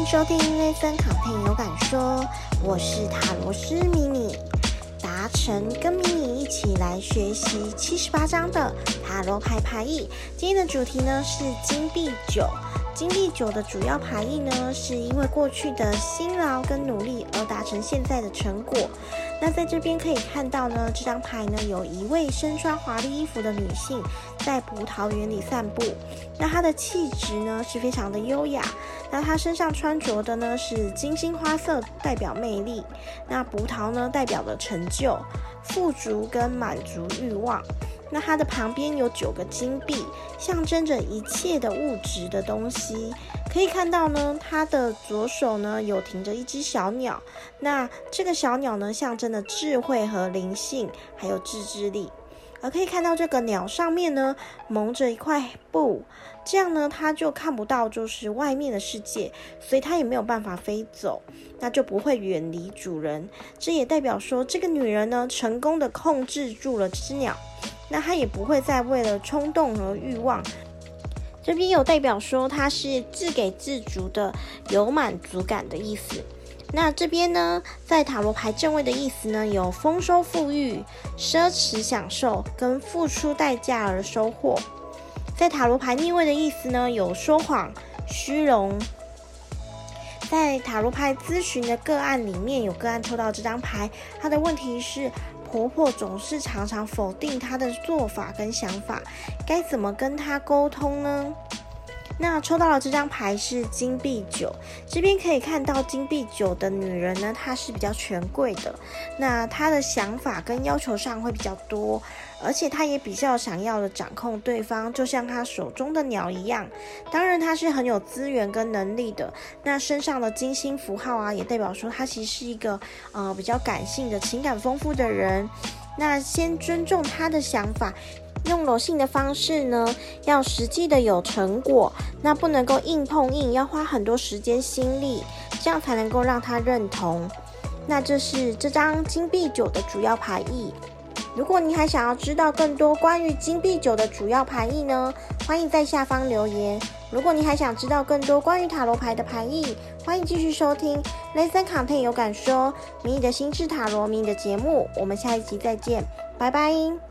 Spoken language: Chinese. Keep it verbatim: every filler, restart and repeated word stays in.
收听 ListenContent 有感说，我是塔罗师迷你，达成跟迷你一起来学习七十八张的塔罗牌牌意。今天的主题呢是金币九。金币九的主要牌意呢，是因为过去的辛劳跟努力而达成现在的成果。那在这边可以看到呢，这张牌呢有一位身穿华丽衣服的女性在葡萄园里散步。那她的气质呢是非常的优雅。那她身上穿着的呢是金星花色，代表魅力。那葡萄呢代表了成就、富足跟满足欲望。那它的旁边有九个金币，象征着一切的物质的东西。可以看到呢，它的左手呢有停着一只小鸟，那这个小鸟呢象征着智慧和灵性，还有自制力。而可以看到这个鸟上面呢蒙着一块布，这样呢它就看不到就是外面的世界，所以它也没有办法飞走，那就不会远离主人。这也代表说这个女人呢成功的控制住了这只鸟，那她也不会再为了冲动和欲望。这边有代表说她是自给自足的，有满足感的意思。那这边呢，在塔罗牌正位的意思呢，有丰收富裕、奢侈享受跟付出代价而收获。在塔罗牌逆位的意思呢，有说谎、虚荣。在塔罗牌咨询的个案里面，有个案抽到这张牌，他的问题是婆婆总是常常否定她的做法跟想法，该怎么跟她沟通呢？那抽到了这张牌是金币九，这边可以看到金币九的女人呢，她是比较权贵的，那她的想法跟要求上会比较多，而且她也比较想要的掌控对方，就像她手中的鸟一样。当然她是很有资源跟能力的，那身上的金星符号啊，也代表说她其实是一个呃比较感性的、情感丰富的人。那先尊重她的想法，用柔性的方式呢，要实际的有成果，那不能够硬碰硬，要花很多时间心力，这样才能够让他认同。那这是这张金币九的主要牌意。如果你还想要知道更多关于金币九的主要牌意呢，欢迎在下方留言。如果你还想知道更多关于塔罗牌的牌意，欢迎继续收听 ListenContent 有感说迷你的心智塔罗迷你的节目。我们下一集再见，拜拜。